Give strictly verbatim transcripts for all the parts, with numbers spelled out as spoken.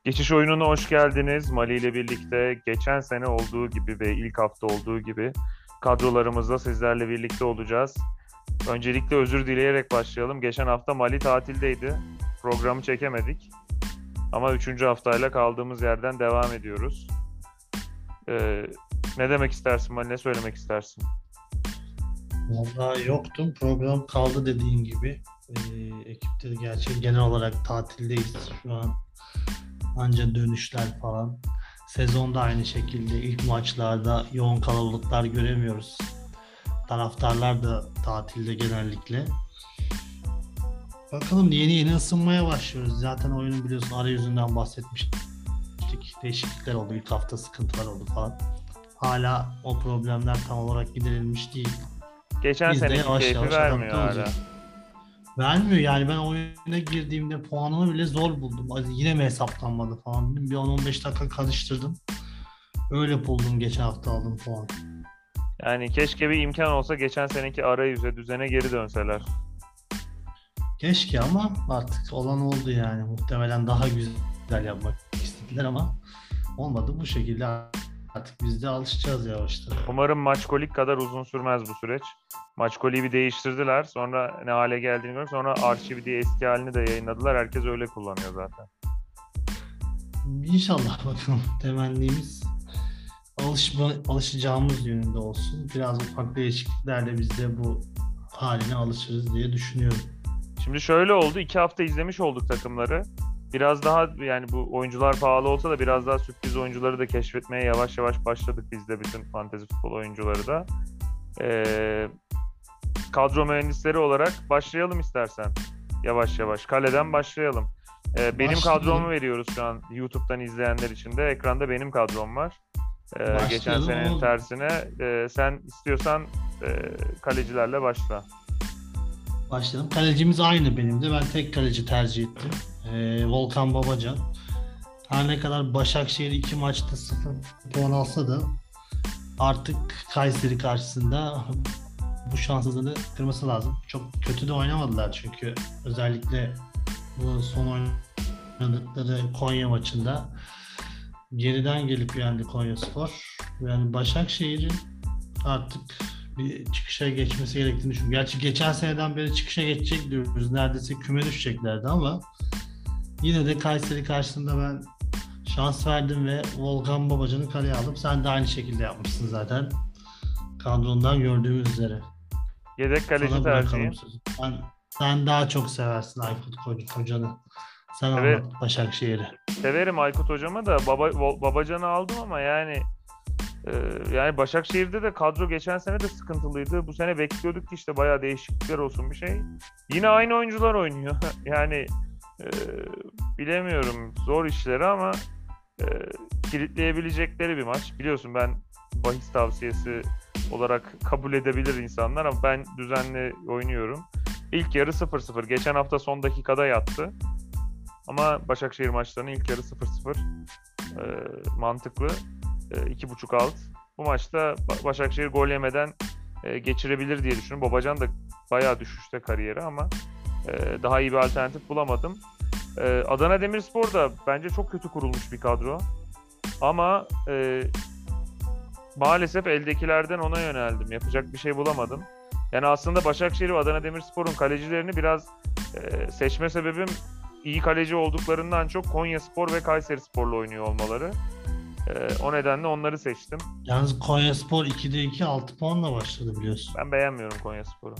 Geçiş oyununa hoş geldiniz. Mali ile birlikte geçen sene olduğu gibi ve ilk hafta olduğu gibi kadrolarımızla sizlerle birlikte olacağız. Öncelikle özür dileyerek başlayalım. Geçen hafta Mali tatildeydi. Programı çekemedik. Ama üçüncü haftayla kaldığımız yerden devam ediyoruz. Ee, ne demek istersin Mali? Ne söylemek istersin? Vallahi yoktum. Program kaldı dediğin gibi. Ee, ekipte de gerçi genel olarak tatildeyiz şu an. Anca dönüşler falan. Sezonda aynı şekilde ilk maçlarda yoğun kalabalıklar göremiyoruz. Taraftarlar da tatilde genellikle. Bakalım yeni yeni ısınmaya başlıyoruz. Zaten oyunun biliyorsun arayüzünden bahsetmiştik. Değişiklikler oldu. İlk hafta sıkıntılar oldu falan. Hala o problemler tam olarak giderilmiş değil. Geçen Biz de seneki yavaş keyfi yavaş vermiyor adapte hala. olacağız. Vermiyor yani, ben oyuna girdiğimde puanımı bile zor buldum. Hadi yine mi hesaplanmadı falan dedim. Bir on on beş dakika karıştırdım. Öyle buldum geçen hafta aldığım puan. Yani keşke bir imkan olsa geçen seneki arayüze, düzene geri dönseler. Keşke ama artık olan oldu yani. Muhtemelen daha güzel yapmak istediler ama olmadı. Bu şekilde artık biz de alışacağız yavaştan. Umarım Maçkolik kadar uzun sürmez bu süreç. Maçkolik'i bir değiştirdiler. Sonra ne hale geldiğini gördük. Sonra arşivi diye eski halini de yayınladılar. Herkes öyle kullanıyor zaten. İnşallah bakalım. Temennimiz alışma, alışacağımız yönünde olsun. Biraz ufak değişikliklerle biz de bu haline alışırız diye düşünüyorum. Şimdi şöyle oldu. iki hafta izlemiş olduk takımları. Biraz daha yani bu oyuncular pahalı olsa da biraz daha sürpriz oyuncuları da keşfetmeye yavaş yavaş başladık biz de, bütün fantezi futbol oyuncuları da. Ee, kadro mühendisleri olarak başlayalım istersen. Yavaş yavaş. Kaleden başlayalım. Ee, benim Başlayalım. kadromu veriyoruz şu an YouTube'dan izleyenler için de. Ekranda benim kadrom var. Ee, geçen senenin oğlum. tersine. Ee, sen istiyorsan e, kalecilerle başla. Başlayalım. Kalecimiz aynı benim de. Ben tek kaleci tercih ettim. Ee, Volkan Babacan. Her ne kadar Başakşehir iki maçta sıfır puan alsa da artık Kayseri karşısında bu şanssızlığını kırması lazım. Çok kötü de oynamadılar çünkü özellikle bu son oynadıkları Konya maçında geriden gelip yendi Konyaspor. Yani Başakşehir'in artık bir çıkışa geçmesi gerektiğini düşünüyorum. Gerçi geçen seneden beri çıkışa geçecek diyoruz. Neredeyse küme düşeceklerdi ama yine de Kayseri karşısında ben şans verdim ve Volkan Babacan'ı kaleye aldım. Sen de aynı şekilde yapmışsın zaten. Kadrondan gördüğümüz üzere. Yedek kaleci Sana tercihi. bırakalım sözü. Sen, sen daha çok seversin Aykut Kocaman'ı. Sen Evet. anlat Başakşehir'i. Severim Aykut hocamı da baba, Babacan'ı aldım ama yani e, yani Başakşehir'de de kadro geçen sene de sıkıntılıydı. Bu sene bekliyorduk ki işte bayağı değişiklikler olsun bir şey. Yine aynı oyuncular oynuyor. yani e, bilemiyorum, zor işleri ama e, kilitleyebilecekleri bir maç. Biliyorsun ben bahis tavsiyesi olarak kabul edebilir insanlar ama ben düzenli oynuyorum. İlk yarı sıfır sıfır. Geçen hafta son dakikada yattı. Ama Başakşehir maçlarının ilk yarı sıfır sıfır e, mantıklı. E, iki buçuk alt. Bu maçta Başakşehir gol yemeden e, geçirebilir diye düşünüyorum. Babacan da bayağı düşüşte kariyeri ama e, daha iyi bir alternatif bulamadım. E, Adana Demirspor da bence çok kötü kurulmuş bir kadro. Ama e, maalesef eldekilerden ona yöneldim. Yapacak bir şey bulamadım. Yani aslında Başakşehir ve Adana Demirspor'un kalecilerini biraz e, seçme sebebim iyi kaleci olduklarından çok Konyaspor ve Kayserispor'la oynuyor olmaları. Ee, o nedenle onları seçtim. Yalnız Konyaspor ikide iki altı puanla başladı biliyorsun. Ben beğenmiyorum Konyaspor'u.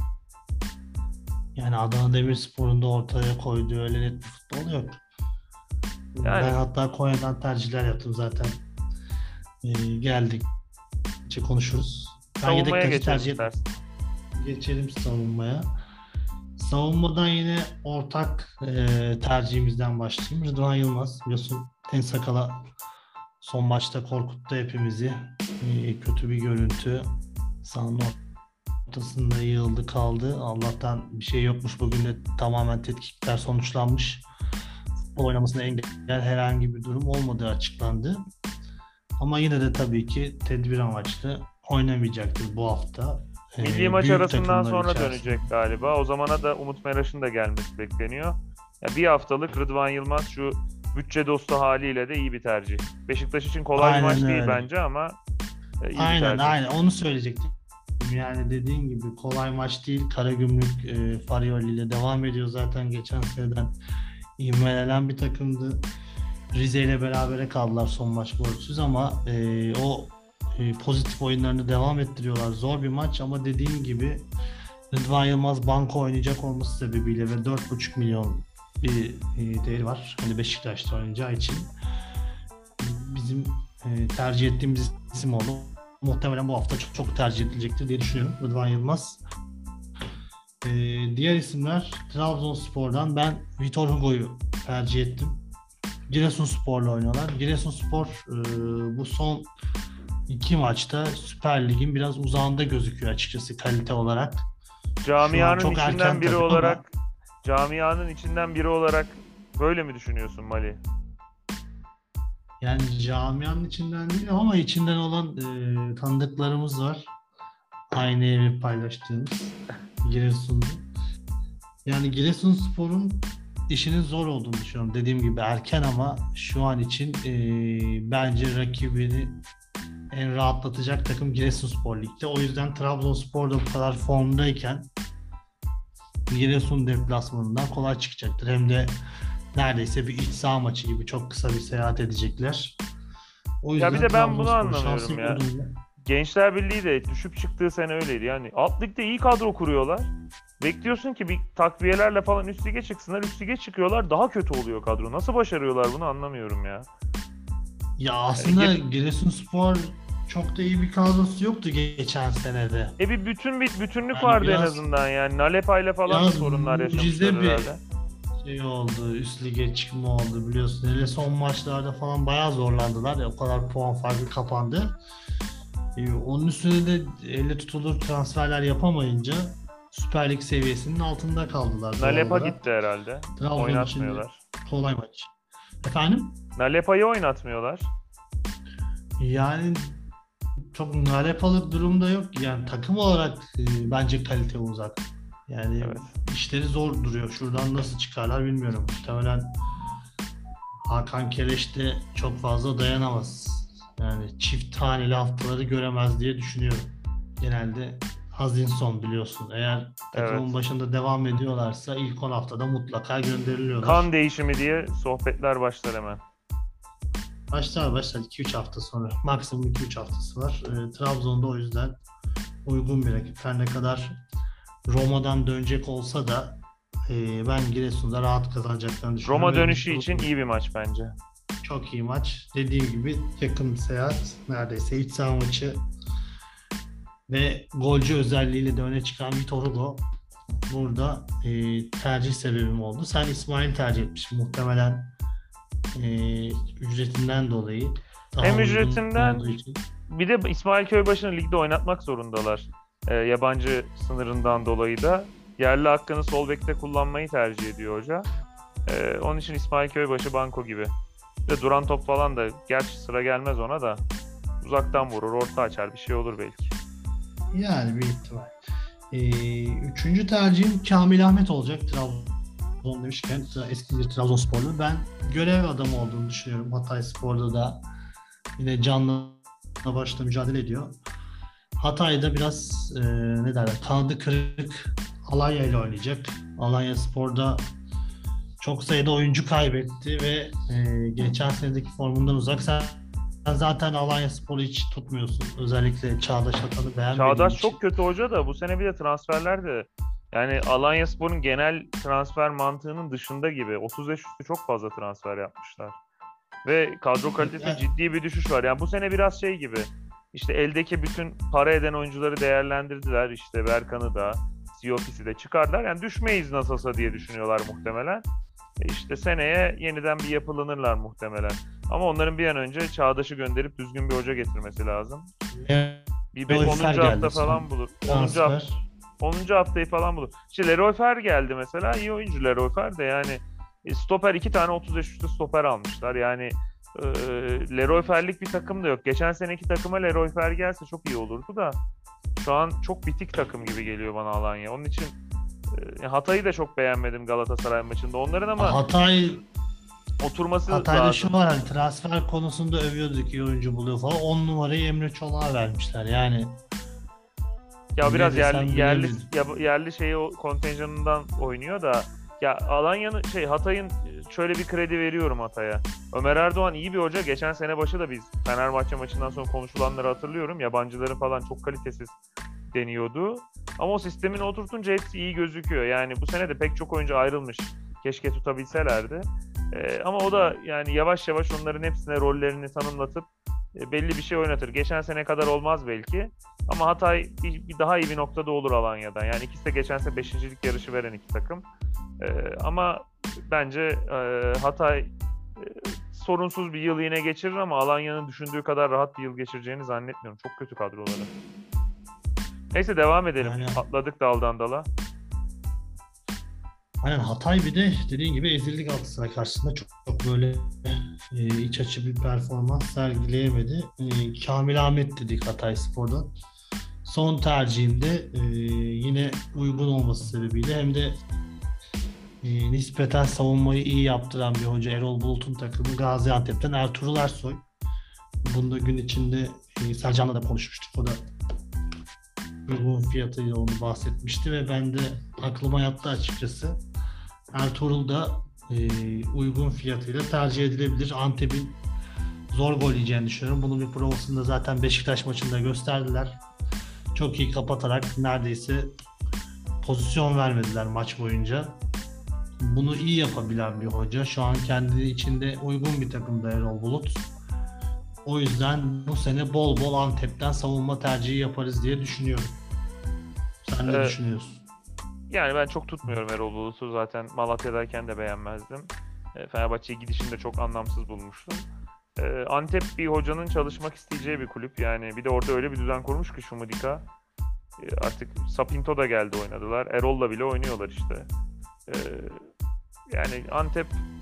Yani Adana Demirspor'un da ortaya koyduğu öyle net bir futbol yok. Yani, ben hatta Konya'dan tercihler yaptım zaten. Ee, geldik. konuşuruz. Ben yedek savunmaya kaleci geçelim tercih ettim. istersen. Geçelim savunmaya. Savunmadan yine ortak e, tercihimizden başlayayım. Rıdvan Yılmaz. Biliyorsun Ten Sakala son maçta korkuttu hepimizi. E, kötü bir görüntü. Sahanın ortasında yığıldı kaldı. Allah'tan bir şey yokmuş. Bugün de tamamen tetkikler sonuçlanmış. Futbol oynamasına engel herhangi bir durum olmadığı açıklandı. Ama yine de tabii ki tedbir amaçlı oynamayacaktır bu hafta. Milli Ee, maç büyük arasından takımlar sonra içerisinde. dönecek galiba. O zamana da Umut Meraş'ın da gelmesi bekleniyor. Ya bir haftalık Rıdvan Yılmaz şu bütçe dostu haliyle de iyi bir tercih. Beşiktaş için kolay bir Aynen maç değil öyle. bence ama e, iyi bir Aynen tercih. aynen onu söyleyecektim. Yani dediğin gibi kolay maç değil. Karagümrük e, Farioli ile devam ediyor zaten geçen seneden ivmelenen bir takımdı. Rize ile berabere kaldılar son maç golsüz ama e, o e, pozitif oyunlarını devam ettiriyorlar. Zor bir maç ama dediğim gibi Rıdvan Yılmaz banko oynayacak olması sebebiyle ve dört buçuk milyon bir e, değeri var. Hani Beşiktaş'ta oynayacağı için bizim e, tercih ettiğimiz isim oldu. Muhtemelen bu hafta çok, çok tercih edilecektir diye düşünüyorum Rıdvan Yılmaz. E, diğer isimler Trabzonspor'dan ben Vitor Hugo'yu tercih ettim. Giresunspor'la oynuyorlar. Giresunspor e, bu son iki maçta Süper Lig'in biraz uzağında gözüküyor açıkçası kalite olarak. Camianın çok erken içinden biri tabii ama- olarak camianın içinden biri olarak böyle mi düşünüyorsun Mali? Yani camianın içinden değil ama içinden olan e, tanıdıklarımız var. Aynı evi paylaştığımız Giresun'da. Yani Giresunspor'un işinin zor olduğunu düşünüyorum. Dediğim gibi erken ama şu an için e, bence rakibini en rahatlatacak takım Giresunspor Lig'de. O yüzden Trabzonspor da bu kadar formdayken Giresun deplasmanından kolay çıkacaktır. Hem de neredeyse bir iç saha maçı gibi çok kısa bir seyahat edecekler. O yüzden Ya bir de ben bunu Trabzonspor anlamıyorum şanslı ya. durumda. Gençler Birliği de düşüp çıktığı sene öyleydi. Yani alt ligde iyi kadro kuruyorlar. Bekliyorsun ki bir takviyelerle falan üst lige çıksınlar. Üst lige çıkıyorlar. Daha kötü oluyor kadro. Nasıl başarıyorlar bunu anlamıyorum ya. Ya aslında Yani Giresunspor çok da iyi bir kadrosu yoktu geçen senede. E bir bütün bir bütünlük Yani vardı en biraz- azından yani. Nalepa ile falan da biraz sorunlar mucize yaşamışlar bir- herhalde. Şey oldu, üst lige çıkma oldu biliyorsun. Hele son maçlarda falan bayağı zorlandılar. Ya, o kadar puan farkı kapandı. Ee, onun üstüne de elle tutulur transferler yapamayınca Süper Lig seviyesinin altında kaldılar. doğal Nalepa olarak. gitti herhalde. Trabzon Oynatmıyorlar. için kolay maç. Efendim? Nalepa'yı oynatmıyorlar. Yani çok nalepalık durumda yok. Yani takım olarak e, bence kalite uzak. Yani Evet. işleri zor duruyor. Şuradan nasıl çıkarlar bilmiyorum. Muhtemelen Hakan Keleş de çok fazla dayanamaz. Yani çift taneli haftaları göremez diye düşünüyorum. Genelde Hazinson biliyorsun. Eğer takımın Evet. başında devam ediyorlarsa ilk on haftada mutlaka gönderiliyorlar. Kan değişimi diye sohbetler başlar hemen. Başlar başlar iki üç hafta sonra. Maksimum iki üç haftası var. E, Trabzon'da o yüzden uygun bir rakip. Her ne kadar Roma'dan dönecek olsa da e, ben Giresun'da rahat kazanacaklarını düşünüyorum. Roma Ve dönüşü bu- için iyi bir maç bence. Çok iyi maç. Dediğim gibi yakın bir seyahat. Neredeyse iç saha maçı. Ve golcü özelliğiyle de öne çıkan Vitor Hugo burada e, tercih sebebim oldu. Sen İsmail tercih etmişsin muhtemelen e, ücretinden dolayı. Daha Hem uygun ücretinden- olduğu için. Bir de İsmail Köybaşı'nı ligde oynatmak zorundalar. Ee, yabancı sınırından dolayı da. Yerli hakkını sol bekte kullanmayı tercih ediyor hoca. Ee, onun için İsmail Köybaşı banko gibi. Bir de duran top falan da gerçi sıra gelmez ona da. Uzaktan vurur, orta açar bir şey olur belki. Yani bir ihtimal. Ee, üçüncü tercihim Kamil Ahmet olacak. Trabzon demişken eski bir Trabzonsporlu. Ben görev adamı olduğunu düşünüyorum. Hatayspor'da da yine canlı başla mücadele ediyor. Hatay'da biraz e, ne derler kanadı kırık Alanya ile oynayacak. Alanya Spor'da çok sayıda oyuncu kaybetti ve e, geçen senedeki formundan uzak. Sen sen zaten Alanya Spor'u hiç tutmuyorsun. Özellikle Çağdaş Atan'ı beğenmediğin Çağdaş için. çok kötü hoca da bu sene bir de transferler de yani Alanyaspor'un genel transfer mantığının dışında gibi. otuz yaş üstü çok fazla transfer yapmışlar. Ve kadro kalitesinde Evet. ciddi bir düşüş var. Yani bu sene biraz şey gibi. İşte eldeki bütün para eden oyuncuları değerlendirdiler. İşte Berkan'ı da, Siopis'i de çıkardılar. Yani düşmeyiz nasılsa diye düşünüyorlar muhtemelen. E İşte seneye yeniden bir yapılanırlar muhtemelen. Ama onların bir an önce Çağdaş'ı gönderip düzgün bir hoca getirmesi lazım. Bir Leroy onuncu Fer hafta geldi falan son bulur. onuncu hafta, transfer. onuncu haftayı falan bulur. İşte Leroy Fer geldi mesela. İyi oyuncu Leroy Fer de yani e, stoper iki tane otuz yaş üstü stoper almışlar. Yani e, Leroy Fer'lik bir takım da yok. Geçen seneki takıma Leroy Fer gelse çok iyi olurdu da şu an çok bitik takım gibi geliyor bana Alanya. Onun için e, Hatay'ı da çok beğenmedim Galatasaray maçında. Onların ama Hatay oturması Hatay'da lazım. şu var, hani transfer konusunda övüyorduk, iyi oyuncu buluyor falan. On numarayı Emre Çolak'a vermişler. Yani Ya ne biraz yerli desem yerli bilemedim. ya- yerli şeyi o kontenjanından oynuyor da ya Alanya'nın şey Hatay'ın şöyle bir kredi veriyorum Hatay'a. Ömer Erdoğan iyi bir hoca. Geçen sene başı da biz Fenerbahçe maçından sonra konuşulanları hatırlıyorum. Yabancıların falan çok kalitesiz deniyordu. Ama o sistemini oturtunca hepsi iyi gözüküyor. Yani bu sene de pek çok oyuncu ayrılmış. Keşke tutabilselerdi. Ee, ama o da yani yavaş yavaş onların hepsine rollerini tanımlatıp e, belli bir şey oynatır. Geçen sene kadar olmaz belki. Ama Hatay bir, bir daha iyi bir noktada olur Alanya'dan. Yani ikisi de geçen sene beşincilik yarışı veren iki takım. Ee, ama bence e, Hatay e, sorunsuz bir yıl yine geçirir ama Alanya'nın düşündüğü kadar rahat bir yıl geçireceğini zannetmiyorum. Çok kötü kadroları. Neyse devam edelim. Yani Atladık daldan dala. aynen, Hatay bir de dediğin gibi ezildi Galatasaray karşısında, çok, çok böyle e, iç açı bir performans sergileyemedi. E, Kamil Ahmet dedik Hatayspor'dan. Son tercihimde e, yine uygun olması sebebiyle, hem de e, nispeten savunmayı iyi yaptıran bir hoca, Erol Bulut'un takımı Gaziantep'ten Ertuğrul Ersoy. Bunu da gün içinde e, Sercan'la da konuşmuştuk. O da uygun fiyatıyla onu bahsetmişti ve ben de aklıma yattı açıkçası. Ertuğrul da e, uygun fiyatıyla tercih edilebilir. Antep'in zor gol yiyeceğini düşünüyorum. Bunun bir provasını da zaten Beşiktaş maçında gösterdiler. Çok iyi kapatarak neredeyse pozisyon vermediler maç boyunca. Bunu iyi yapabilen bir hoca. Şu an kendi içinde uygun bir takımda Erol Bulut. O yüzden bu sene bol bol Antep'ten savunma tercihi yaparız diye düşünüyorum. Sen ne Ee, düşünüyorsun? yani ben çok tutmuyorum Erol Bulut'u. Zaten Malatya'dayken de beğenmezdim. E, Fenerbahçe'ye gidişini de çok anlamsız bulmuştum. E, Antep bir hocanın çalışmak isteyeceği bir kulüp. Yani bir de orada öyle bir düzen kurmuş ki Şumudika. E, artık Sapinto da geldi oynadılar. Erol'la bile oynuyorlar işte. E, yani Antep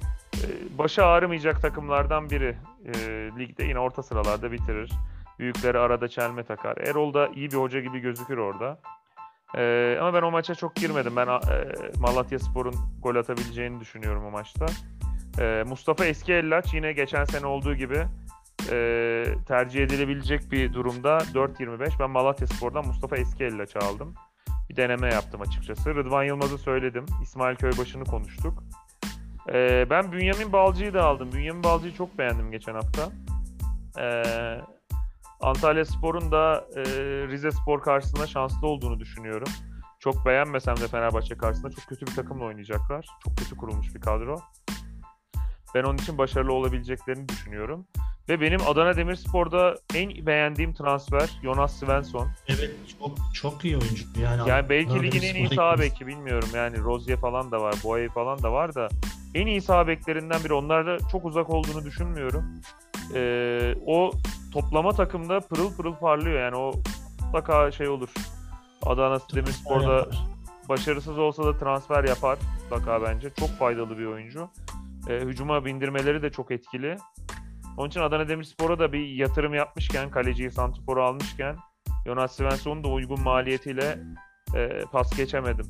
e, başı ağrımayacak takımlardan biri. E, ligde yine orta sıralarda bitirir. Büyükleri arada çelme takar. Erol da iyi bir hoca gibi gözükür orada. Ee, ama ben o maça çok girmedim. Ben e, Malatyaspor'un gol atabileceğini düşünüyorum o maçta. Ee, Mustafa Eskiellaç yine geçen sene olduğu gibi e, tercih edilebilecek bir durumda dört yirmi beş. Ben Malatyaspor'dan Mustafa Eskiellaç'ı aldım. Bir deneme yaptım açıkçası. Rıdvan Yılmaz'ı söyledim. İsmail Köybaşı'nı konuştuk. Ee, ben Bünyamin Balcı'yı da aldım. Bünyamin Balcı'yı çok beğendim geçen hafta. Ee, Antalyaspor'un da e, Rizespor karşısında şanslı olduğunu düşünüyorum. Çok beğenmesem de Fenerbahçe karşısında çok kötü bir takımla oynayacaklar. Çok kötü kurulmuş bir kadro. Ben onun için başarılı olabileceklerini düşünüyorum. Ve benim Adana Demirspor'da en beğendiğim transfer Jonas Svensson. Evet, çok çok iyi oyuncu. Yani Yani belki Adana ligin en iyi Demirspor'da sağ beki bilmiyorum. Yani Rozier falan da var, Boye falan da var da en iyi sağ beklerinden biri. Onlarda çok uzak olduğunu düşünmüyorum. Ee, o toplama takımda pırıl pırıl parlıyor. Yani o mutlaka şey olur. Adana Demirspor'da yapar. başarısız olsa da transfer yapar mutlaka bence. Çok faydalı bir oyuncu. Ee, hücuma bindirmeleri de çok etkili. Onun için Adana Demirspor'a da bir yatırım yapmışken, kaleciyi santrforu almışken Jonas Svensson'un da uygun maliyetiyle e, pas geçemedim.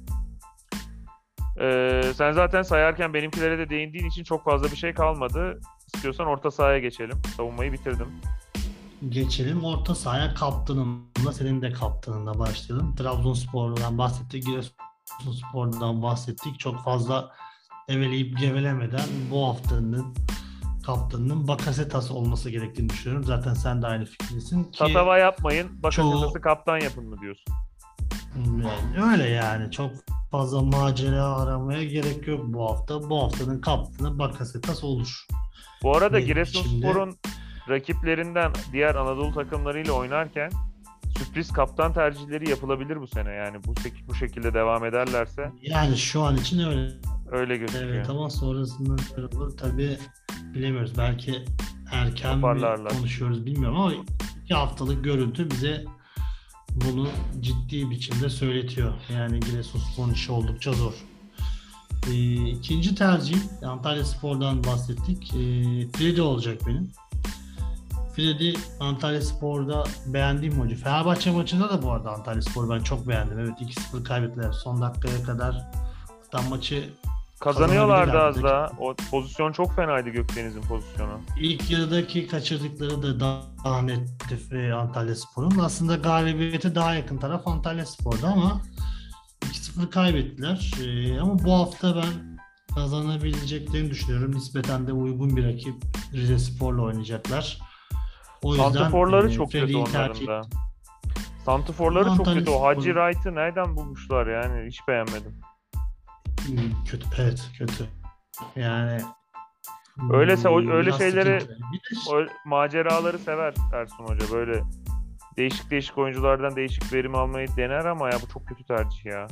Ee, sen zaten sayarken benimkilere de değindiğin için çok fazla bir şey kalmadı. İstiyorsan orta sahaya geçelim. Savunmayı bitirdim. Geçelim orta sahaya, kaptanımla, senin de kaptanınla başlayalım. Trabzonspor'dan bahsettik, Giresunspor'dan bahsettik. Çok fazla eveleyip gevelemeden bu haftanın kaptanının Bakasetas olması gerektiğini düşünüyorum. Zaten sen de aynı fikirdesin ki Tatava yapmayın. Bakasetas'ı çoğu, kaptan yapın mı diyorsun? yani öyle yani çok fazla macera aramaya gerek yok bu hafta. Bu haftanın kaptanı Bakasetas olur. Bu arada Benim Giresunspor'un rakiplerinden diğer Anadolu takımlarıyla oynarken sürpriz kaptan tercihleri yapılabilir bu sene. Yani bu bu şekilde devam ederlerse Yani şu an için öyle. öyle gözüküyor. Evet, ama sonrasında ne olur tabii bilemiyoruz. Belki erken mi Toparlarlar. konuşuyoruz bilmiyorum ama iki haftalık görüntü bize bunu ciddi biçimde söyletiyor. Yani Giresunspor'un işi oldukça zor. Ee, ikinci tercih, Antalyaspor'dan bahsettik. Ee, Fredi olacak benim. Fredi Antalyaspor'da beğendiğim oyuncu. Fenerbahçe maçında da bu arada Antalyaspor'u ben çok beğendim. Evet, iki sıfır kaybettiler. Son dakikaya kadar hatta maçı Kazanıyorlardı az kazanabilirlerdi. daha. O pozisyon çok fenaydı, Gökdeniz'in pozisyonu. İlk yarıdaki kaçırdıkları da daha netti e, Antalyaspor'un. Aslında galibiyete daha yakın taraf Antalyaspor'du ama iki sıfır kaybettiler. E, ama bu hafta ben kazanabileceklerini düşünüyorum. Nispeten de uygun bir rakip Rizespor'la oynayacaklar. O yüzden Santrforları e, çok kötü Freddy'yi onların tercih da. ettim. Santrforları çok kötü. O Hacı Antalyaspor'un Wright'ı nereden bulmuşlar yani? Hiç beğenmedim. hmm, kötü, evet kötü. Yani Öylese o- hmm, öyle biraz şeyleri, sıkıntı. Bir de o maceraları sever Ersun Hoca. Böyle değişik değişik oyunculardan değişik verim almayı dener ama ya bu çok kötü tercih ya.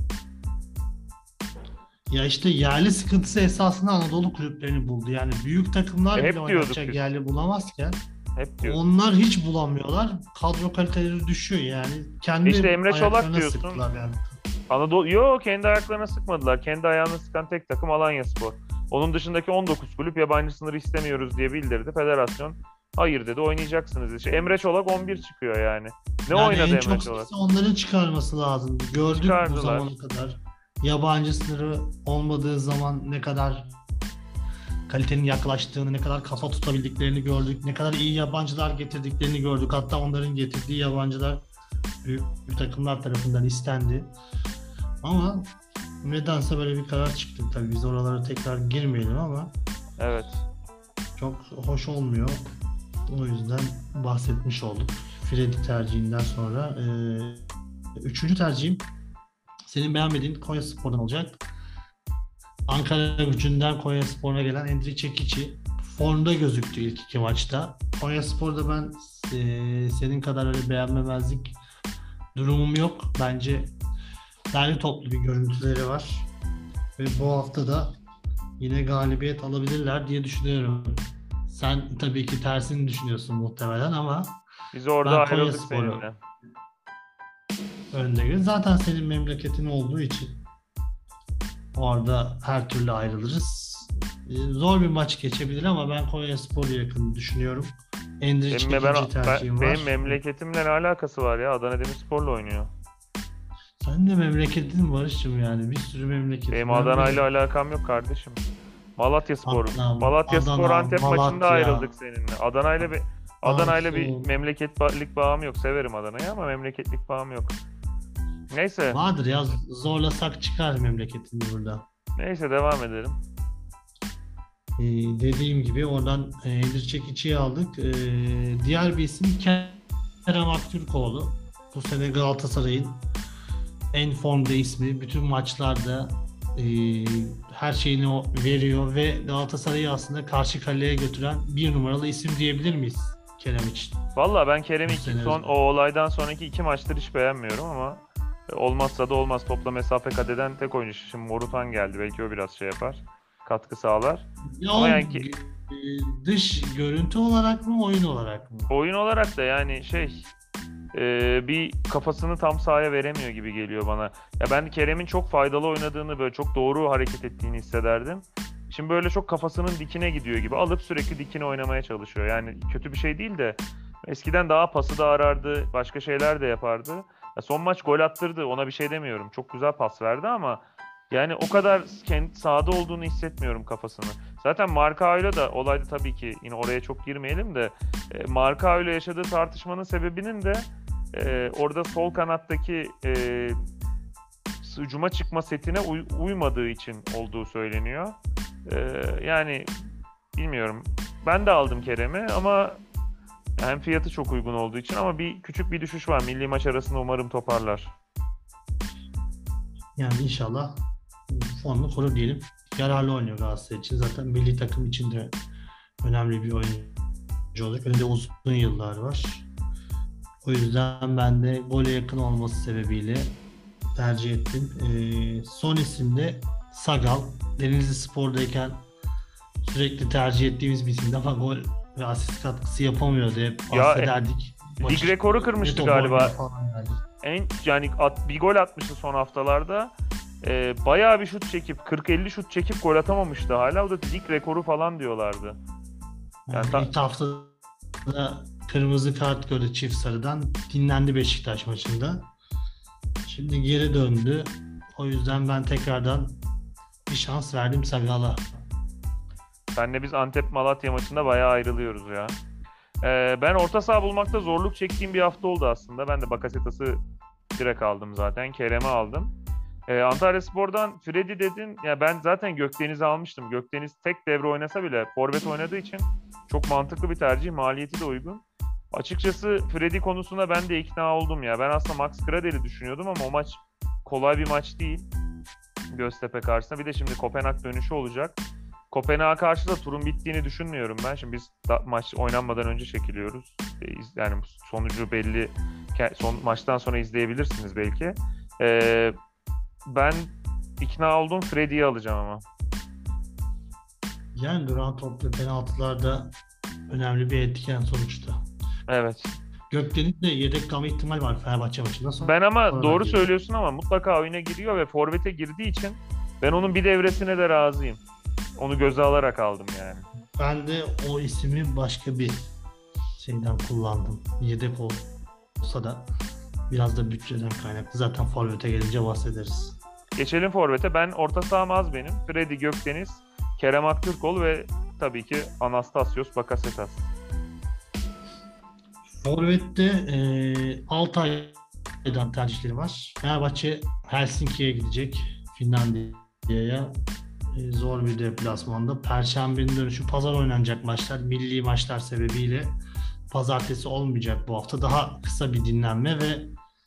ya işte yerli sıkıntısı esasında Anadolu kulüplerini buldu. Yani büyük takımlar E, bile hep diyorduk oynatacak biz. yerli bulamazken Hep diyorduk. onlar hiç bulamıyorlar. Kadro kaliteleri düşüyor yani. Kendi İşte Emre Çolak ayaklarına diyorsun. sıktılar yani. Anadolu, yo kendi ayaklarına sıkmadılar. Kendi ayağına sıkan tek takım Alanyaspor. Onun dışındaki on dokuz kulüp yabancı sınırı istemiyoruz diye bildirdi. Federasyon hayır dedi, oynayacaksınız dedi. İşte Emre Çolak on bir çıkıyor yani. Ne Yani oynadı en Emre çok Çolak? ise onların çıkarması lazım. Gördük bu Çıkardılar. zamana kadar. Yabancı sınırı olmadığı zaman ne kadar kalitenin yaklaştığını, ne kadar kafa tutabildiklerini gördük. Ne kadar iyi yabancılar getirdiklerini gördük. Hatta onların getirdiği yabancılar büyük, büyük takımlar tarafından istendi. Ama nedense böyle bir karar çıktı. Tabii biz oralara tekrar girmeyelim ama Evet. çok hoş olmuyor. O yüzden bahsetmiş olduk. Freddy tercihinden sonra. Ee, üçüncü tercihim senin beğenmediğin Konyaspor'dan olacak. Ankara Gücü'nden Konyaspor'a gelen Endri Çekici formda gözüktü ilk iki maçta. Konyaspor'da ben e, senin kadar öyle beğenmemezlik durumum yok. Bence derli toplu bir görüntüleri var. Ve bu hafta da yine galibiyet alabilirler diye düşünüyorum. Sen tabii ki tersini düşünüyorsun muhtemelen ama Biz orada ben ayrıldık Konyaspor'u seninle. önde görüyorum. Zaten senin memleketin olduğu için orada her türlü ayrılırız. Ee, Zor bir maç geçebilir ama ben Konyaspor'u yakın düşünüyorum. Endriç Benim, ben, ikinci tercihim ben, var. benim memleketimle ne alakası var ya? Adana Demirspor'la oynuyor. Sen de memleketin Barış'cığım yani. Bir sürü memleket. Benim Ben Adana ile biliyorum. alakam yok kardeşim. Malatyaspor. Adana, Malatyaspor Adana, Antep maçında Malatya, ayrıldık seninle. Adana ile bir Adana ile bir Samsun. memleketlik bağım yok. Severim Adana'yı ama memleketlik bağım yok. Neyse. Vardır ya, zorlasak çıkar memleketini burada. Neyse devam edelim. Ee, dediğim gibi oradan e, Endriç Çekici'yi aldık. Ee, diğer bir isim Kerem Aktürkoğlu. Bu sene Galatasaray'ın en formda ismi. Bütün maçlarda e, her şeyini o veriyor ve Galatasaray'ı aslında karşı kaleye götüren bir numaralı isim diyebilir miyiz Kerem için? Valla ben Kerem'i Bu iki, sene son özel. o olaydan sonraki iki maçtır hiç beğenmiyorum ama e, olmazsa da olmaz. Topla mesafe kat eden tek oyuncu. Şimdi Morutan geldi. Belki o biraz şey yapar. Katkı sağlar. Ya Ama o yani ki- e, dış görüntü olarak mı, oyun olarak mı? Oyun olarak da yani şey e, bir kafasını tam sahaya veremiyor gibi geliyor bana. Ya ben Kerem'in çok faydalı oynadığını, böyle çok doğru hareket ettiğini hissederdim. Şimdi böyle çok kafasının dikine gidiyor gibi. Alıp sürekli dikine oynamaya çalışıyor. Yani kötü bir şey değil de eskiden daha pası da arardı, başka şeyler de yapardı. Ya son maç gol attırdı, ona bir şey demiyorum. Çok güzel pas verdi ama yani o kadar kendi sahada olduğunu hissetmiyorum kafasını. Zaten Marcao'yla da olaydı tabii ki, yine oraya çok girmeyelim de e, Marcao'yla yaşadığı tartışmanın sebebinin de e, orada sol kanattaki e, hücuma çıkma setine uy- uymadığı için olduğu söyleniyor. E, yani bilmiyorum. Ben de aldım Kerem'i ama hem fiyatı çok uygun olduğu için, ama bir küçük bir düşüş var. Milli maç arasında umarım toparlar. Yani inşallah formunu korur diyelim. Yararlı oynuyor Galatasaray için. Zaten milli takım için de önemli bir oyuncu olacak. Önünde uzun yıllar var. O yüzden ben de gole yakın olması sebebiyle tercih ettim. Ee, son isim de Sagal. Denizli Spor'dayken sürekli tercih ettiğimiz bir isimdi ama gol ve asist katkısı yapamıyordu. Hep Ya, bahsederdik. lig rekoru kırmıştı Neto galiba. Boy'la falan yani. En yani at, bir gol atmıştı son haftalarda. Ee, bayağı bir şut çekip kırk elli şut çekip gol atamamıştı hala. O da lig rekoru falan diyorlardı. Yani Yani ta- ilk haftada kırmızı kart gördü çift sarıdan. Dinlendi Beşiktaş maçında. Şimdi geri döndü. O yüzden ben tekrardan bir şans verdim Sagal'a. Senle biz Antep Malatya maçında bayağı ayrılıyoruz ya. Ee, ben orta saha bulmakta zorluk çektiğim bir hafta oldu aslında. Ben de Bakasetas'ı direkt aldım zaten. Kerem'i aldım. Ee, Antalyaspor'dan Freddy dedin. Ya ben zaten Gökdeniz'i almıştım. Gökdeniz tek devre oynasa bile forvet oynadığı için çok mantıklı bir tercih. Maliyeti de uygun. Açıkçası Freddy konusunda ben de ikna oldum ya. Ben aslında Max Gradel'i düşünüyordum ama o maç kolay bir maç değil. Göztepe karşısında. Bir de şimdi Kopenhag dönüşü olacak. Kopenhag'a karşı da turun bittiğini düşünmüyorum ben. Şimdi biz da, maç oynanmadan önce çekiliyoruz. E, iz- Yani sonucu belli. Ke- Son maçtan sonra izleyebilirsiniz belki. Ee, Ben ikna oldum. Freddy'yi alacağım ama. Yani duran top ve penaltılarda önemli bir etken sonuçta. Evet. Gökdeniz'de yedek kalma ihtimal var Fenerbahçe maçında. Sonra Ben ama sonradan doğru geliyor. söylüyorsun ama mutlaka oyuna giriyor ve forvete girdiği için ben onun bir devresine de razıyım. Onu göze alarak aldım yani. Ben de o ismi başka bir şeyden kullandım. Yedek ol- olsa da biraz da bütçeden kaynaklı. Zaten forvete gelince bahsederiz. Geçelim forvete. Ben orta saham az benim. Freddy Gökdeniz, Kerem Aktürkoğlu ve tabii ki Anastasios Bakasetas. Forvet'te e, Altay'dan tercihleri var. Fenerbahçe Helsinki'ye gidecek. Finlandiya'ya. E, zor bir deplasmanda. Perşembenin dönüşü pazar oynanacak maçlar. Milli maçlar sebebiyle pazartesi olmayacak bu hafta. Daha kısa bir dinlenme ve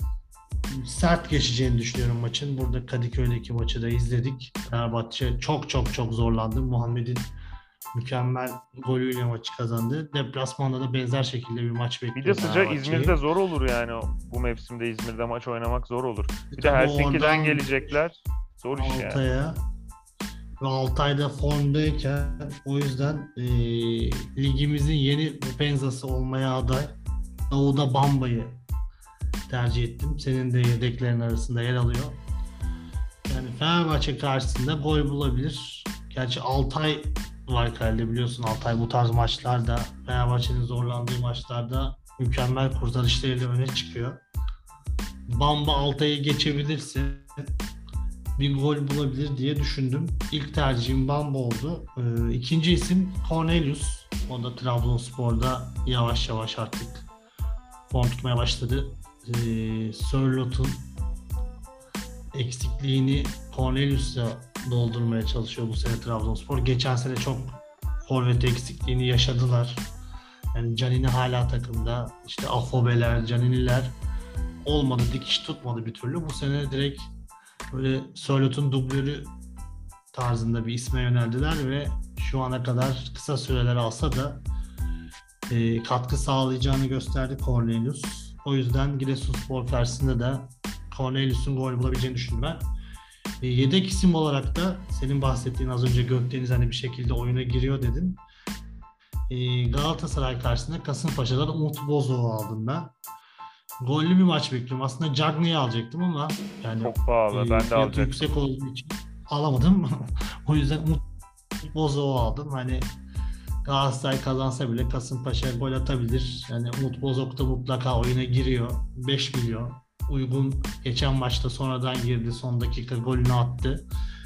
sert geçeceğini düşünüyorum maçın. Burada Kadıköy'deki maçı da izledik. Fenerbahçe çok çok çok zorlandı. Muhammed'in mükemmel golüyle maçı kazandı. Deplasmanda da benzer şekilde bir maç Bir de bekliyor sıcak Fenerbahçe'yi. İzmir'de zor olur yani. o- Bu mevsimde İzmir'de maç oynamak zor olur. Bir de Tabii Helsinki'den oradan gelecekler. Zor iş yani. Altay'a ve Altay'da formdayken o yüzden e, ligimizin yeni Penzası olmaya aday Davuda Bamba'yı tercih ettim. Senin de yedeklerin arasında yer alıyor. Yani Fenerbahçe karşısında gol bulabilir. Gerçi Altay var kalede biliyorsun. Altay bu tarz maçlarda Fenerbahçe'nin zorlandığı maçlarda mükemmel kurtarışlarıyla öne çıkıyor. Bamba Altay'ı geçebilirse bir gol bulabilir diye düşündüm. İlk tercihim Bamba oldu. Ee, ikinci isim Cornelius. O da Trabzonspor'da yavaş yavaş artık form tutmaya başladı. Ee, Sörlot'un eksikliğini Cornelius'la doldurmaya çalışıyor bu sene Trabzonspor. Geçen sene çok forvet eksikliğini yaşadılar. Yani Canini hala takımda. İşte Afobe'ler, Canini'ler olmadı, dikiş tutmadı bir türlü. Bu sene direkt böyle Sörlot'un dublörü tarzında bir isme yöneldiler ve şu ana kadar kısa süreler alsa da e, katkı sağlayacağını gösterdi Cornelius. O yüzden Giresunspor karşısında da Cornelius'un gol bulabileceğini düşündüm ben. E, yedek isim olarak da senin bahsettiğin az önce Gökdeniz hani bir şekilde oyuna giriyor dedin. E, Galatasaray karşısında Kasımpaşa'dan Umut Bozok'u aldım ben. Gollü bir maç bekliyorum. Aslında Cagney'i alacaktım ama yani Çok pahalı. e, Ben de fiyatı alacaktım. yüksek olduğu için alamadım. O yüzden Umut Bozok'u aldım. Hani Galatasaray kazansa bile Kasımpaşa gol atabilir. Yani Umut Bozok da mutlaka oyuna giriyor. beş milyon. Uygun. Geçen maçta sonradan girdi. Son dakika golünü attı.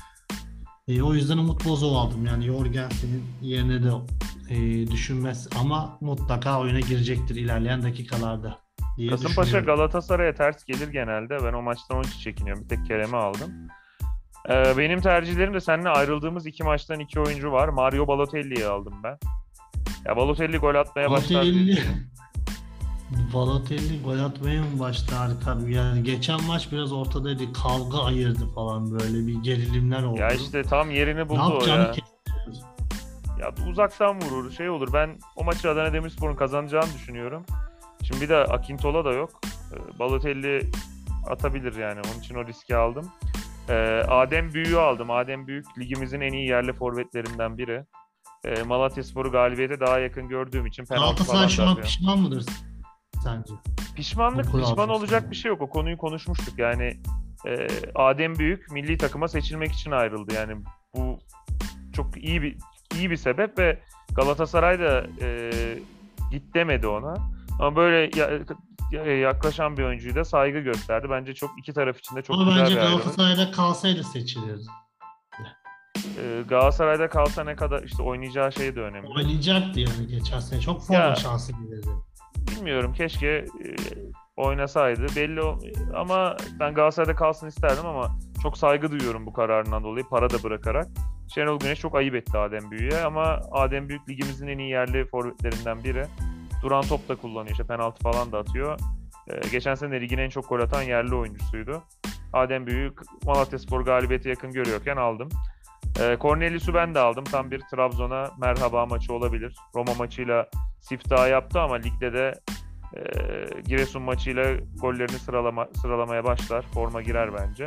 E, o yüzden Umut Bozok'u aldım. Yani Jorgensen'in yerine de e, düşünmez ama mutlaka oyuna girecektir ilerleyen dakikalarda diye Kasımpaşa düşünüyorum. Galatasaray'a ters gelir genelde. Ben o maçtan onun için çekiniyorum. Bir tek Kerem'i aldım. Ee, benim tercihlerim de seninle ayrıldığımız iki maçtan iki oyuncu var. Mario Balotelli'yi aldım ben. Ya Balotelli gol atmaya başlar diye Balotelli, düşünüyorum. Balotelli gol atmaya mı başladı harika? Yani geçen maç biraz ortadaydı. Kavga ayırdı falan böyle bir gerilimler oldu. Ya işte tam yerini Ne buldu o yapacağını ya. kestiremiyoruz. Ya uzaktan vurur, şey olur. Ben o maçı Adana Demirspor'un kazanacağını düşünüyorum. Şimdi bir de Akintola da yok. Ee, Balotelli atabilir yani. Onun için o riski aldım. Ee, Adem Büyük'ü aldım. Adem Büyük ligimizin en iyi yerli forvetlerinden biri. Ee, Malatyaspor'u galibiyete daha yakın gördüğüm için penaltı Galatasaray falan şu da an atıyor. pişman mıdır sence? Pişmanlık, Bu kural pişman altında. olacak bir şey yok. O konuyu konuşmuştuk. Yani e, Adem Büyük milli takıma seçilmek için ayrıldı. Yani bu çok iyi bir iyi bir sebep ve Galatasaray da e, git demedi ona. Ama böyle ya- ya- yaklaşan bir oyuncuyu da saygı gösterdi. Bence çok iki taraf için de çok Ama güzel bence bir ayrılık. Galatasaray'da kalsaydı seçilirdi. e, Galatasaray'da kalsa ne kadar işte oynayacağı şey de önemli. Oynayacaktı yani geçen sene. Çok forma Ya şansı gelirdi. bilmiyorum, keşke e, oynasaydı belli o- ama ben Galatasaray'da kalsın isterdim ama çok saygı duyuyorum bu kararından dolayı, para da bırakarak. Şenol Güneş çok ayıp etti Adem Büyük'e ama Adem Büyük ligimizin en iyi yerli forvetlerinden biri. Duran top da kullanıyor, işte penaltı falan da atıyor. Ee, geçen sene ligin en çok gol atan yerli oyuncusuydu. Adem Büyük Malatyaspor galibiyete yakın görüyorken aldım. Ee, Cornelius'u ben de aldım. Tam bir Trabzon'a merhaba maçı olabilir. Roma maçıyla siftah yaptı ama ligde de e, Giresun maçıyla gollerini sıralama, sıralamaya başlar. Forma girer bence.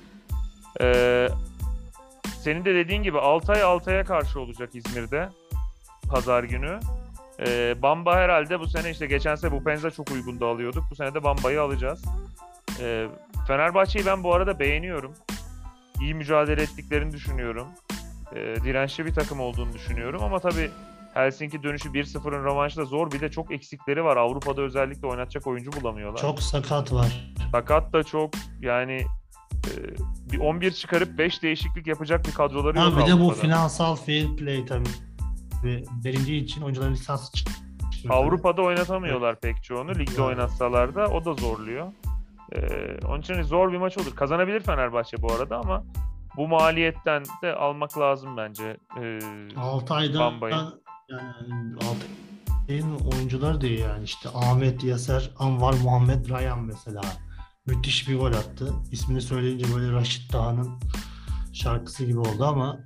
Ee, Senin de dediğin gibi Altay Altay'a karşı olacak İzmir'de pazar günü. Ee, Bamba herhalde bu sene, işte geçen sene bu Penza çok uygun da alıyorduk. Bu sene de Bamba'yı alacağız. Ee, Fenerbahçe'yi ben bu arada beğeniyorum. İyi mücadele ettiklerini düşünüyorum. Ee, dirençli bir takım olduğunu düşünüyorum ama tabii Helsinki dönüşü bir sıfırın rövanşı da zor. Bir de çok eksikleri var. Avrupa'da özellikle oynatacak oyuncu bulamıyorlar. Çok sakat var. Sakat da çok, yani e, bir on bir çıkarıp beş değişiklik yapacak bir kadroları yok Ha, bir de bu Avrupa'da. finansal fair play tabii verildiği için oyuncuların lisansı çıkıyor. Avrupa'da oynatamıyorlar pek çoğunu. Ligde Yani. oynatsalar da o da zorluyor. Ee, onun için zor bir maç olur. Kazanabilir Fenerbahçe bu arada ama bu maliyetten de almak lazım bence. Ee, Altay'da Bamba'yı. yani Altay'ın oyuncuları değil yani işte Ahmet Yaser, Anvar Muhammed Rayan mesela. Müthiş bir gol attı. İsmini söyleyince böyle Raşit Dağ'ın şarkısı gibi oldu ama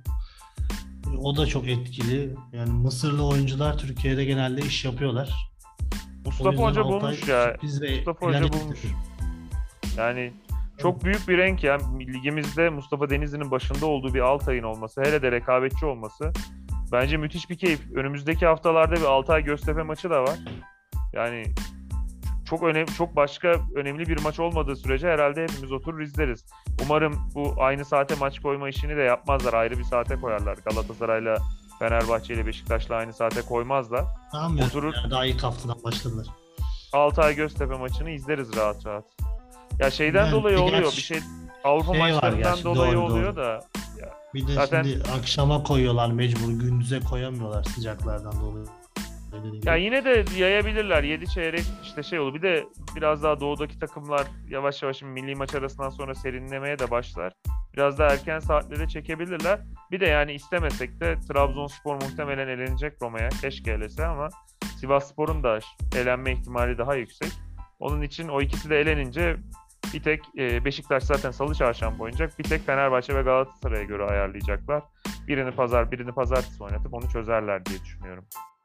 o da çok etkili. Yani Mısırlı oyuncular Türkiye'de genelde iş yapıyorlar. O Mustafa yüzden Hoca Altay bulmuş ya. sürpriz ve Mustafa Hoca helal bulmuş. etti. Yani çok büyük bir renk ya. Ligimizde Mustafa Denizli'nin başında olduğu bir Altay'ın olması, hele de rekabetçi olması bence müthiş bir keyif. Önümüzdeki haftalarda bir Altay Göztepe maçı da var. Yani çok önemli, çok başka önemli bir maç olmadığı sürece herhalde hepimiz oturur izleriz. Umarım bu aynı saate maç koyma işini de yapmazlar. Ayrı bir saate koyarlar. Galatasaray'la Fenerbahçe ile Beşiktaş'la aynı saate koymazlar. Tamam ya, Oturur yani daha ilk haftadan başladılar. Altay Göztepe maçını izleriz rahat rahat. Ya şeyden Yani dolayı bir oluyor. gerçi- Bir şey Avrupa şey var maçlarından gerçi, dolayı doğru, oluyor doğru. da. Bir de Zaten- şimdi akşama koyuyorlar mecbur. Gündüze koyamıyorlar sıcaklardan dolayı. Dediğim Ya gibi. yine de yayabilirler. yedi çeyrek işte şey olur. Bir de biraz daha doğudaki takımlar yavaş yavaş şimdi milli maç arasından sonra serinlemeye de başlar. Biraz daha erken saatlere çekebilirler. Bir de yani istemesek de Trabzonspor muhtemelen elenecek Roma'ya. Keşke elese ama Sivasspor'un da elenme ihtimali daha yüksek. Onun için o ikisi de elenince bir tek e, Beşiktaş zaten salı çarşamba oynayacak. Bir tek Fenerbahçe ve Galatasaray'a göre ayarlayacaklar. Birini pazar, birini pazartesi oynatıp onu çözerler diye düşünüyorum.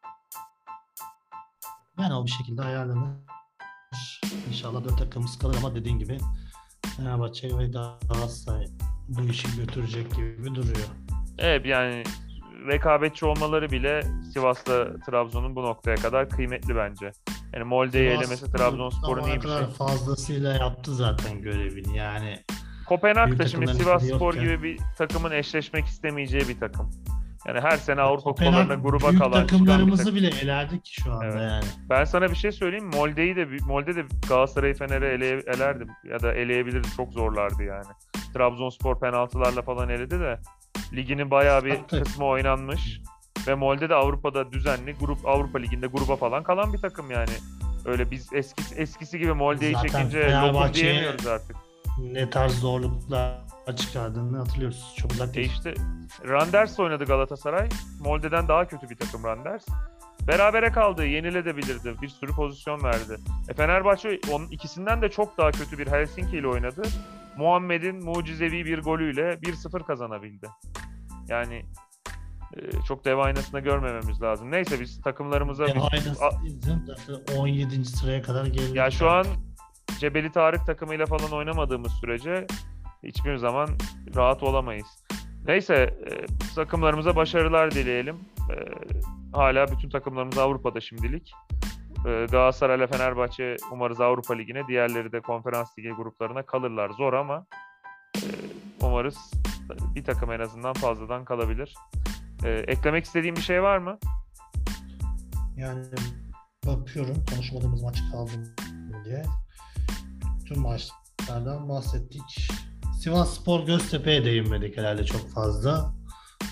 Yani o bir şekilde ayarlanır. İnşallah dört takımımız kalır ama dediğin gibi Fenerbahçe ve Galatasaray bu işi götürecek gibi duruyor. Evet, yani rekabetçi olmaları bile Sivas'la Trabzon'un bu noktaya kadar kıymetli bence. Yani Molde'yi elemesi Trabzonspor'un iyi bir şey. kadar fazlasıyla yaptı zaten görevini. Yani Kopenhag büyük da şimdi takımların Sivasspor yokken. gibi bir takımın eşleşmek istemeyeceği bir takım. Yani her sene Avrupa Kopenhag kupalarına gruba büyük kalan çıkan bir takımlarımızı takım. bile elerdik şu anda Evet. yani. Ben sana bir şey söyleyeyim mi? Molde'yi de Molde de Galatasaray'ı Fener'e ele, elerdi ya da eleyebilirdi, çok zorlardı yani. Trabzonspor penaltılarla falan eledi de liginin bayağı bir Hatta- kısmı oynanmış ve Molde de Avrupa'da düzenli grup Avrupa Ligi'nde gruba falan kalan bir takım yani. Öyle biz eskisi eskisi gibi Molde'yi Zaten çekince lokum Fenerbahçe'ye- diyemiyoruz artık. Ne tarz zorluklar çıkardığını hatırlıyoruz. Çok uzak E değil. işte Randers oynadı Galatasaray. Molde'den daha kötü bir takım Randers. Berabere kaldı, yenilebilirdi. Bir sürü pozisyon verdi. E Fenerbahçe onun ikisinden de çok daha kötü bir Helsinki ile oynadı. Muhammed'in mucizevi bir golüyle bir sıfır kazanabildi. Yani e, çok dev aynasında görmememiz lazım. Neyse biz takımlarımıza... Dev biz- aynası A- değil canım. Zaten on yedinci sıraya kadar geldik. Ya şu an Cebeli Tarık takımıyla falan oynamadığımız sürece hiçbir zaman rahat olamayız. Neyse e, takımlarımıza başarılar dileyelim. E, hala bütün takımlarımız Avrupa'da şimdilik. E, Galatasaray ile Fenerbahçe umarız Avrupa Ligi'ne, diğerleri de Konferans Ligi gruplarına kalırlar. Zor ama e, umarız bir takım en azından fazladan kalabilir. E, eklemek istediğim bir şey var mı? Yani bakıyorum konuşmadığımız maç kaldı mı diye. Tüm maçlardan bahsettik. Sivasspor Göztepe'ye değinmedik herhalde çok fazla.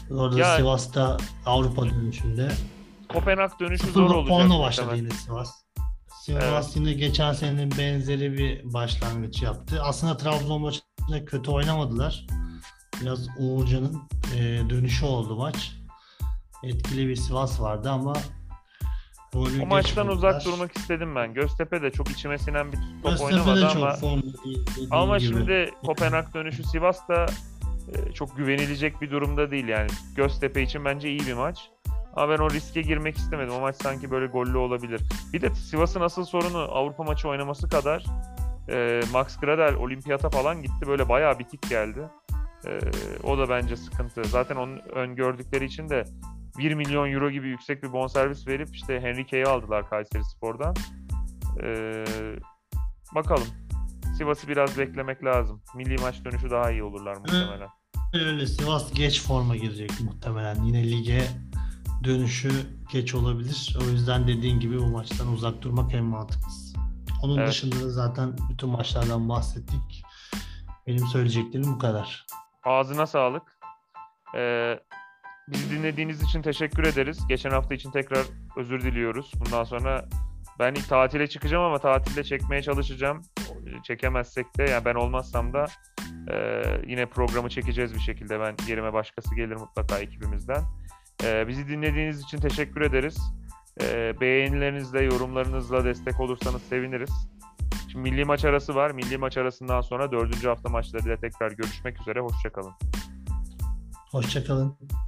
Orada Ya Sivas'ta Avrupa dönüşünde Kopenhag dönüşü zor sıfır olacak puanla başladı muhtemelen. yine Sivas. Evet. Sivas yine geçen senenin benzeri bir başlangıç yaptı. Aslında Trabzon maçında kötü oynamadılar. Biraz Uğurcan'ın e, dönüşü oldu maç. Etkili bir Sivas vardı ama golü O geç maçtan uzak buldular. durmak istedim ben. Göztepe de çok içime sinen bir top Göztepe oynamadı de çok ama formda değil dediğin ama gibi. şimdi Kopenhag dönüşü Sivas da e, çok güvenilecek bir durumda değil yani. Göztepe için bence iyi bir maç. Ama ben o riske girmek istemedim. O maç sanki böyle gollü olabilir. Bir de Sivas'ın asıl sorunu Avrupa maçı oynaması kadar e, Max Gradel olimpiyata falan gitti. Böyle bayağı bitik geldi. E, o da bence sıkıntı. Zaten onun öngördükleri için de bir milyon euro gibi yüksek bir bonservis verip işte Henrique'yi aldılar Kayserispor'dan. E, bakalım. Sivas'ı biraz beklemek lazım. Milli maç dönüşü daha iyi olurlar muhtemelen. Öyle Sivas geç forma girecek muhtemelen. Yine lige dönüşü geç olabilir. O yüzden dediğin gibi bu maçtan uzak durmak en mantıklısı. Onun Evet. dışında da zaten bütün maçlardan bahsettik. Benim söyleyeceklerim bu kadar. Ağzına sağlık. Ee, bizi dinlediğiniz için teşekkür ederiz. Geçen hafta için tekrar özür diliyoruz. Bundan sonra ben tatile çıkacağım ama tatilde çekmeye çalışacağım. Çekemezsek de yani ben olmazsam da e, yine programı çekeceğiz bir şekilde. Ben yerime başkası gelir mutlaka ekibimizden. Ee, bizi dinlediğiniz için teşekkür ederiz. Ee, beğenilerinizle, yorumlarınızla destek olursanız seviniriz. Şimdi milli maç arası var. Milli maç arasından sonra dördüncü hafta maçlarıyla tekrar görüşmek üzere. Hoşça kalın. Hoşça kalın.